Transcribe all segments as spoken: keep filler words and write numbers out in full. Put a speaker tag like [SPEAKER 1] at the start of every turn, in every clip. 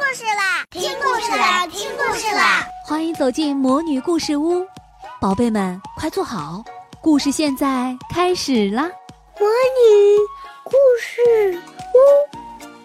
[SPEAKER 1] 事啦！听故事啦！听故事啦！
[SPEAKER 2] 欢迎走进魔女故事屋，宝贝们快坐好，故事现在开始啦！
[SPEAKER 1] 魔女故事屋。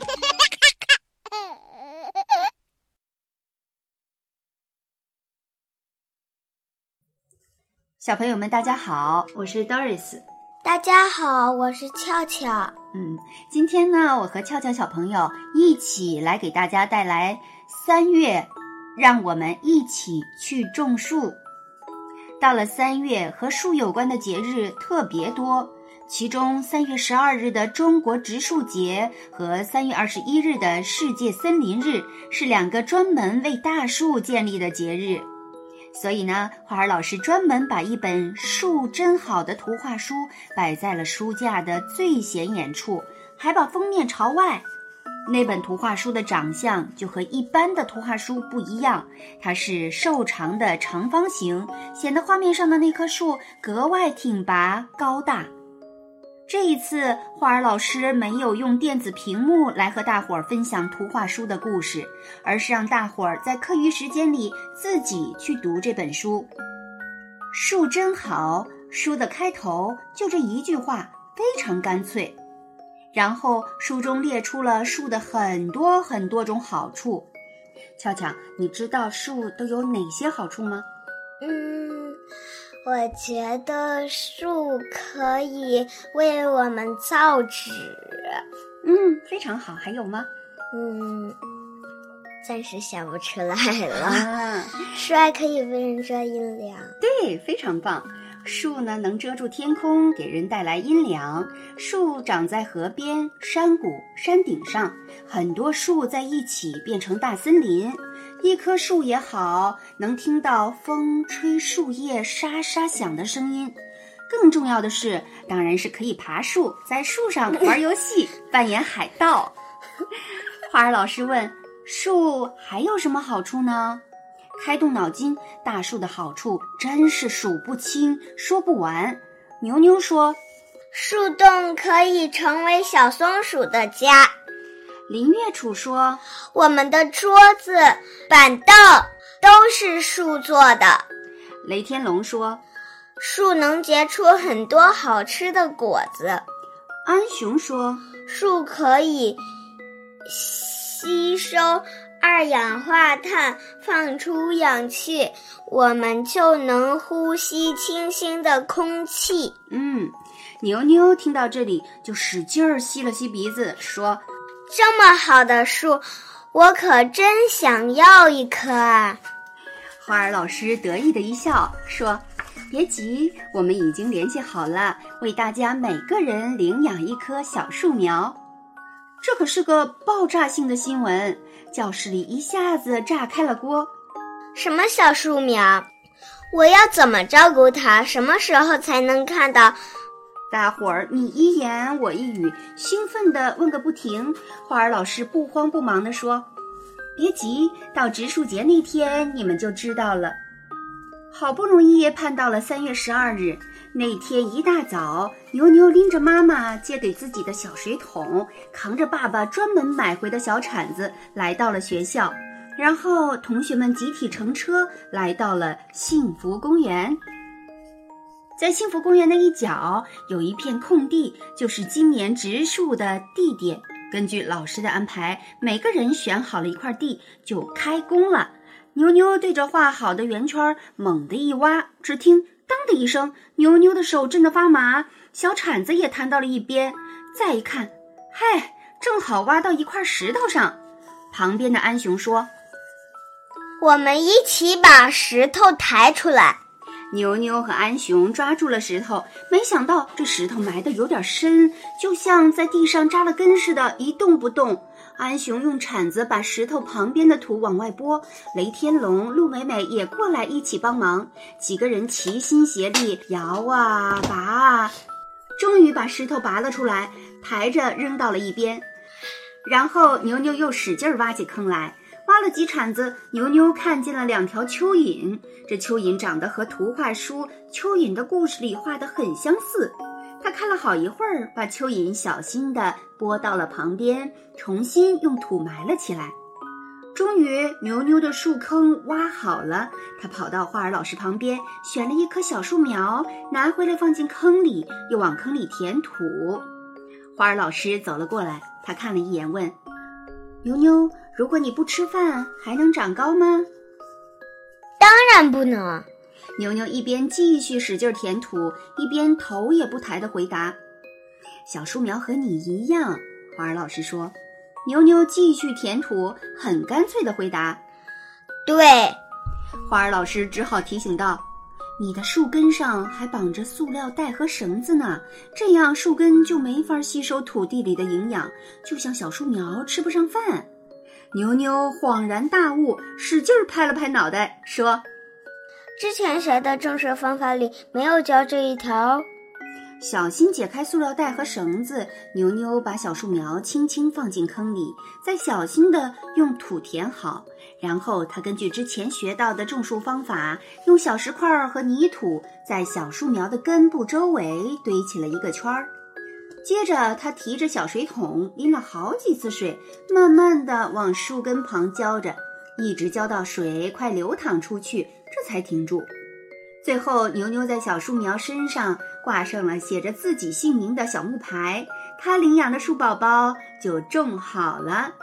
[SPEAKER 3] 小朋友们大家好，我是 Doris。
[SPEAKER 1] 大家好，我是俏俏。
[SPEAKER 3] 嗯，今天呢，我和俏俏小朋友一起来给大家带来三月，让我们一起去种树。到了三月，和树有关的节日特别多，其中三月十二日的中国植树节和三月二十一日的世界森林日是两个专门为大树建立的节日。所以呢，花儿老师专门把一本树真好的图画书摆在了书架的最显眼处，还把封面朝外。那本图画书的长相就和一般的图画书不一样，它是瘦长的长方形，显得画面上的那棵树格外挺拔高大。这一次，花儿老师没有用电子屏幕来和大伙儿分享图画书的故事，而是让大伙儿在课余时间里自己去读这本书。树真好，书的开头就这一句话，非常干脆。然后书中列出了树的很多很多种好处。俏俏，你知道树都有哪些好处吗？
[SPEAKER 1] 嗯，我觉得树可以为我们造纸。
[SPEAKER 3] 嗯，非常好。还有吗？
[SPEAKER 1] 嗯，暂时想不出来了。
[SPEAKER 3] 啊，
[SPEAKER 1] 树还可以为人遮阴凉。
[SPEAKER 3] 对，非常棒。树呢，能遮住天空，给人带来阴凉。树长在河边、山谷、山顶上，很多树在一起变成大森林。一棵树也好，能听到风吹树叶沙沙响的声音。更重要的是，当然是可以爬树，在树上玩游戏，扮演海盗。花儿老师问，树还有什么好处呢？开动脑筋，大树的好处真是数不清，说不完。牛牛说，
[SPEAKER 1] 树洞可以成为小松鼠的家。
[SPEAKER 3] 林月楚说，
[SPEAKER 1] 我们的桌子、板凳都是树做的。
[SPEAKER 3] 雷天龙说，
[SPEAKER 1] 树能结出很多好吃的果子。
[SPEAKER 3] 安雄说，
[SPEAKER 1] 树可以吸收二氧化碳，放出氧气，我们就能呼吸清新的空气。
[SPEAKER 3] 嗯，牛牛听到这里就使劲儿吸了吸鼻子，说，
[SPEAKER 1] 这么好的树，我可真想要一棵啊！
[SPEAKER 3] 花儿老师得意的一笑，说，别急，我们已经联系好了，为大家每个人领养一棵小树苗。这可是个爆炸性的新闻，教室里一下子炸开了锅。
[SPEAKER 1] 什么小树苗？我要怎么照顾它？什么时候才能看到？
[SPEAKER 3] 大伙儿你一言我一语，兴奋地问个不停。花儿老师不慌不忙地说，别急，到植树节那天你们就知道了。好不容易盼到了三月十二日，那天一大早，牛牛拎着妈妈借给自己的小水桶，扛着爸爸专门买回的小铲子，来到了学校。然后同学们集体乘车来到了幸福公园。在幸福公园的一角有一片空地，就是今年植树的地点。根据老师的安排，每个人选好了一块地，就开工了。牛牛对着画好的圆圈猛地一挖，只听当的一声，牛牛的手震得发麻，小铲子也弹到了一边。再一看，嗨，正好挖到一块石头上。旁边的安雄说，
[SPEAKER 1] 我们一起把石头抬出来。
[SPEAKER 3] 牛牛和安雄抓住了石头，没想到这石头埋得有点深，就像在地上扎了根似的，一动不动。安雄用铲子把石头旁边的土往外拨，雷天龙、陆美美也过来一起帮忙。几个人齐心协力，摇啊拔啊，终于把石头拔了出来，抬着扔到了一边。然后牛牛又使劲挖起坑来，挖了几铲子，牛牛看见了两条蚯蚓。这蚯蚓长得和图画书《蚯蚓的故事》里画得很相似。他看了好一会儿，把蚯蚓小心地拨到了旁边，重新用土埋了起来。 终于牛牛的树坑挖好了，他跑到花儿老师旁边，选了一棵小树苗，拿回来放进坑里，又往坑里填土。花儿老师走了过来，他看了一眼问，牛牛，如果你不吃饭还能长高吗？
[SPEAKER 1] 当然不能。
[SPEAKER 3] 牛牛一边继续使劲填土，一边头也不抬地回答，小树苗和你一样。花儿老师说。牛牛继续填土，很干脆地回答，
[SPEAKER 1] 对。
[SPEAKER 3] 花儿老师只好提醒道，你的树根上还绑着塑料袋和绳子呢，这样树根就没法吸收土地里的营养，就像小树苗吃不上饭。牛牛恍然大悟，使劲拍了拍脑袋，说，
[SPEAKER 1] 之前学的种树方法里没有教这一条。
[SPEAKER 3] 小心解开塑料袋和绳子，牛牛把小树苗轻轻放进坑里，再小心地用土填好。然后他根据之前学到的种树方法，用小石块和泥土在小树苗的根部周围堆起了一个圈儿。接着他提着小水桶，拎了好几次水，慢慢地往树根旁浇着，一直浇到水快流淌出去，这才停住。最后牛牛在小树苗身上挂上了写着自己姓名的小木牌，他领养的树宝宝就种好了。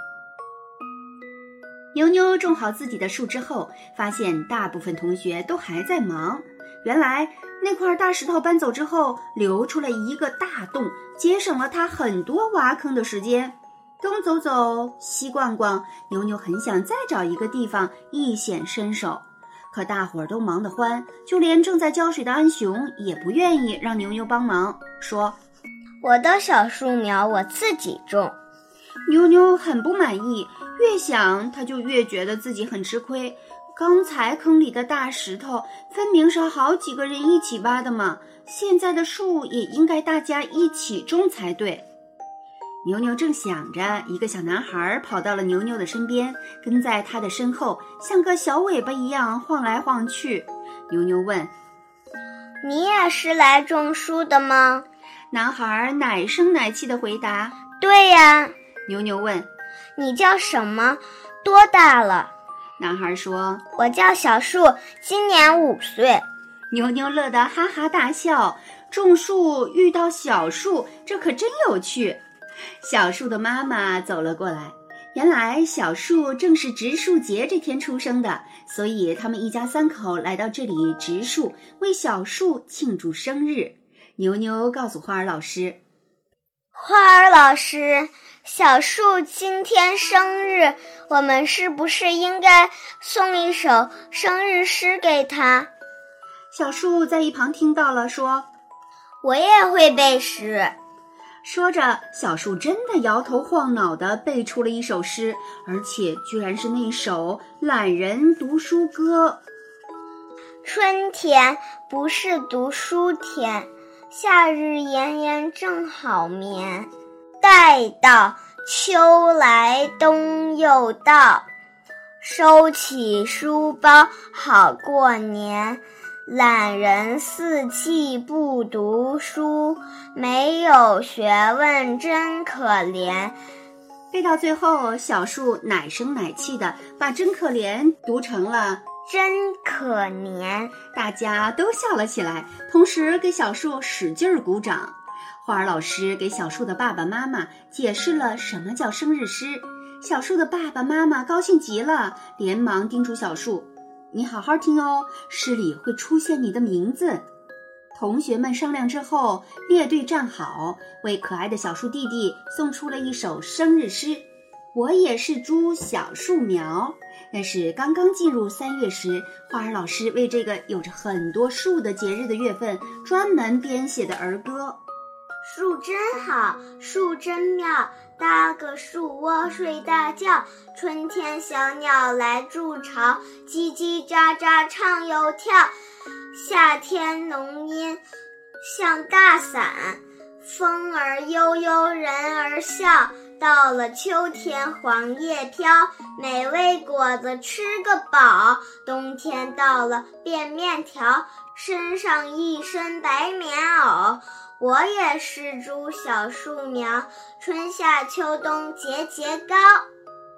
[SPEAKER 3] 牛牛种好自己的树之后，发现大部分同学都还在忙。原来那块大石头搬走之后，留出了一个大洞，节省了他很多挖坑的时间。东走走，西逛逛，牛牛很想再找一个地方一显身手。可大伙儿都忙得欢，就连正在浇水的安雄也不愿意让牛牛帮忙，说，
[SPEAKER 1] 我的小树苗我自己种。
[SPEAKER 3] 牛牛很不满意，越想他就越觉得自己很吃亏。刚才坑里的大石头分明是好几个人一起挖的嘛，现在的树也应该大家一起种才对。牛牛正想着，一个小男孩跑到了牛牛的身边，跟在他的身后，像个小尾巴一样晃来晃去。牛牛问，
[SPEAKER 1] 你也是来种树的吗？
[SPEAKER 3] 男孩奶声奶气地回答，
[SPEAKER 1] 对呀。
[SPEAKER 3] 牛牛问，
[SPEAKER 1] 你叫什么？多大了？
[SPEAKER 3] 男孩说，
[SPEAKER 1] 我叫小树，今年五岁。
[SPEAKER 3] 牛牛乐得哈哈大笑，种树遇到小树，这可真有趣。小树的妈妈走了过来，原来小树正是植树节这天出生的，所以他们一家三口来到这里植树，为小树庆祝生日。牛牛告诉花儿老师，
[SPEAKER 1] 花儿老师，小树今天生日，我们是不是应该送一首生日诗给他？
[SPEAKER 3] 小树在一旁听到了，说，
[SPEAKER 1] 我也会背诗。
[SPEAKER 3] 说着，小树真的摇头晃脑地背出了一首诗，而且居然是那首懒人读书歌。
[SPEAKER 1] 春天不是读书天，夏日炎炎正好眠。待到秋来冬又到，收起书包好过年。懒人四季不读书，没有学问真可怜。
[SPEAKER 3] 背到最后，小树奶声奶气的把真可怜读成了
[SPEAKER 1] 真可怜，
[SPEAKER 3] 大家都笑了起来，同时给小树使劲鼓掌。花儿老师给小树的爸爸妈妈解释了什么叫生日诗，小树的爸爸妈妈高兴极了，连忙叮嘱小树，你好好听哦，诗里会出现你的名字。同学们商量之后，列队站好，为可爱的小树弟弟送出了一首生日诗。我也是株小树苗，那是刚刚进入三月时，花儿老师为这个有着很多树的节日的月份专门编写的儿歌。
[SPEAKER 1] 树真好，树真妙，搭个树窝睡大觉，春天小鸟来筑巢，叽叽喳喳唱又跳。夏天浓荫像大伞，风儿悠悠人儿笑。到了秋天黄叶飘，美味果子吃个饱。冬天到了变面条，身上一身白棉袄。我也是株小树苗，春夏秋冬节节高。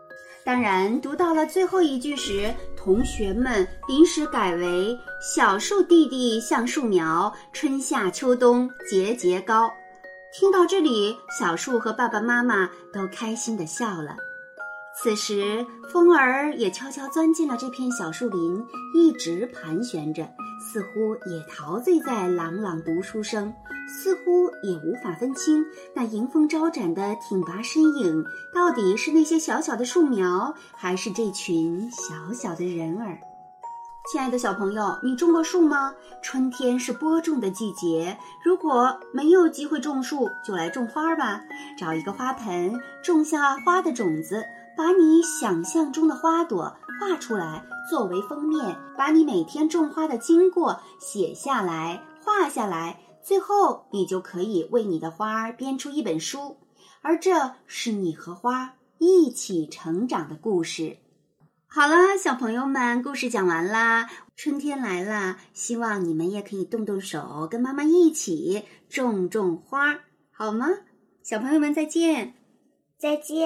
[SPEAKER 3] 当然，读到了最后一句时，同学们临时改为小树弟弟像树苗，春夏秋冬节节高。听到这里，小树和爸爸妈妈都开心地笑了。此时，风儿也悄悄钻进了这片小树林，一直盘旋着，似乎也陶醉在朗朗读书声，似乎也无法分清那迎风招展的挺拔身影，到底是那些小小的树苗，还是这群小小的人儿。亲爱的小朋友，你种过树吗？春天是播种的季节，如果没有机会种树，就来种花吧。找一个花盆，种下花的种子，把你想象中的花朵画出来作为封面，把你每天种花的经过写下来画下来，最后你就可以为你的花编出一本书，而这是你和花一起成长的故事。好了，小朋友们，故事讲完啦，春天来了，希望你们也可以动动手，跟妈妈一起种种花，好吗？小朋友们再见。
[SPEAKER 1] 再见。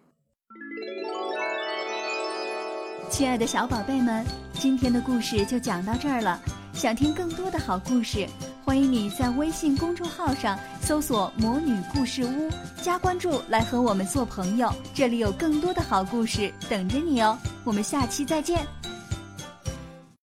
[SPEAKER 2] 亲爱的小宝贝们，今天的故事就讲到这儿了。想听更多的好故事，欢迎你在微信公众号上搜索魔女故事屋，加关注来和我们做朋友，这里有更多的好故事等着你哦。我们下期再见。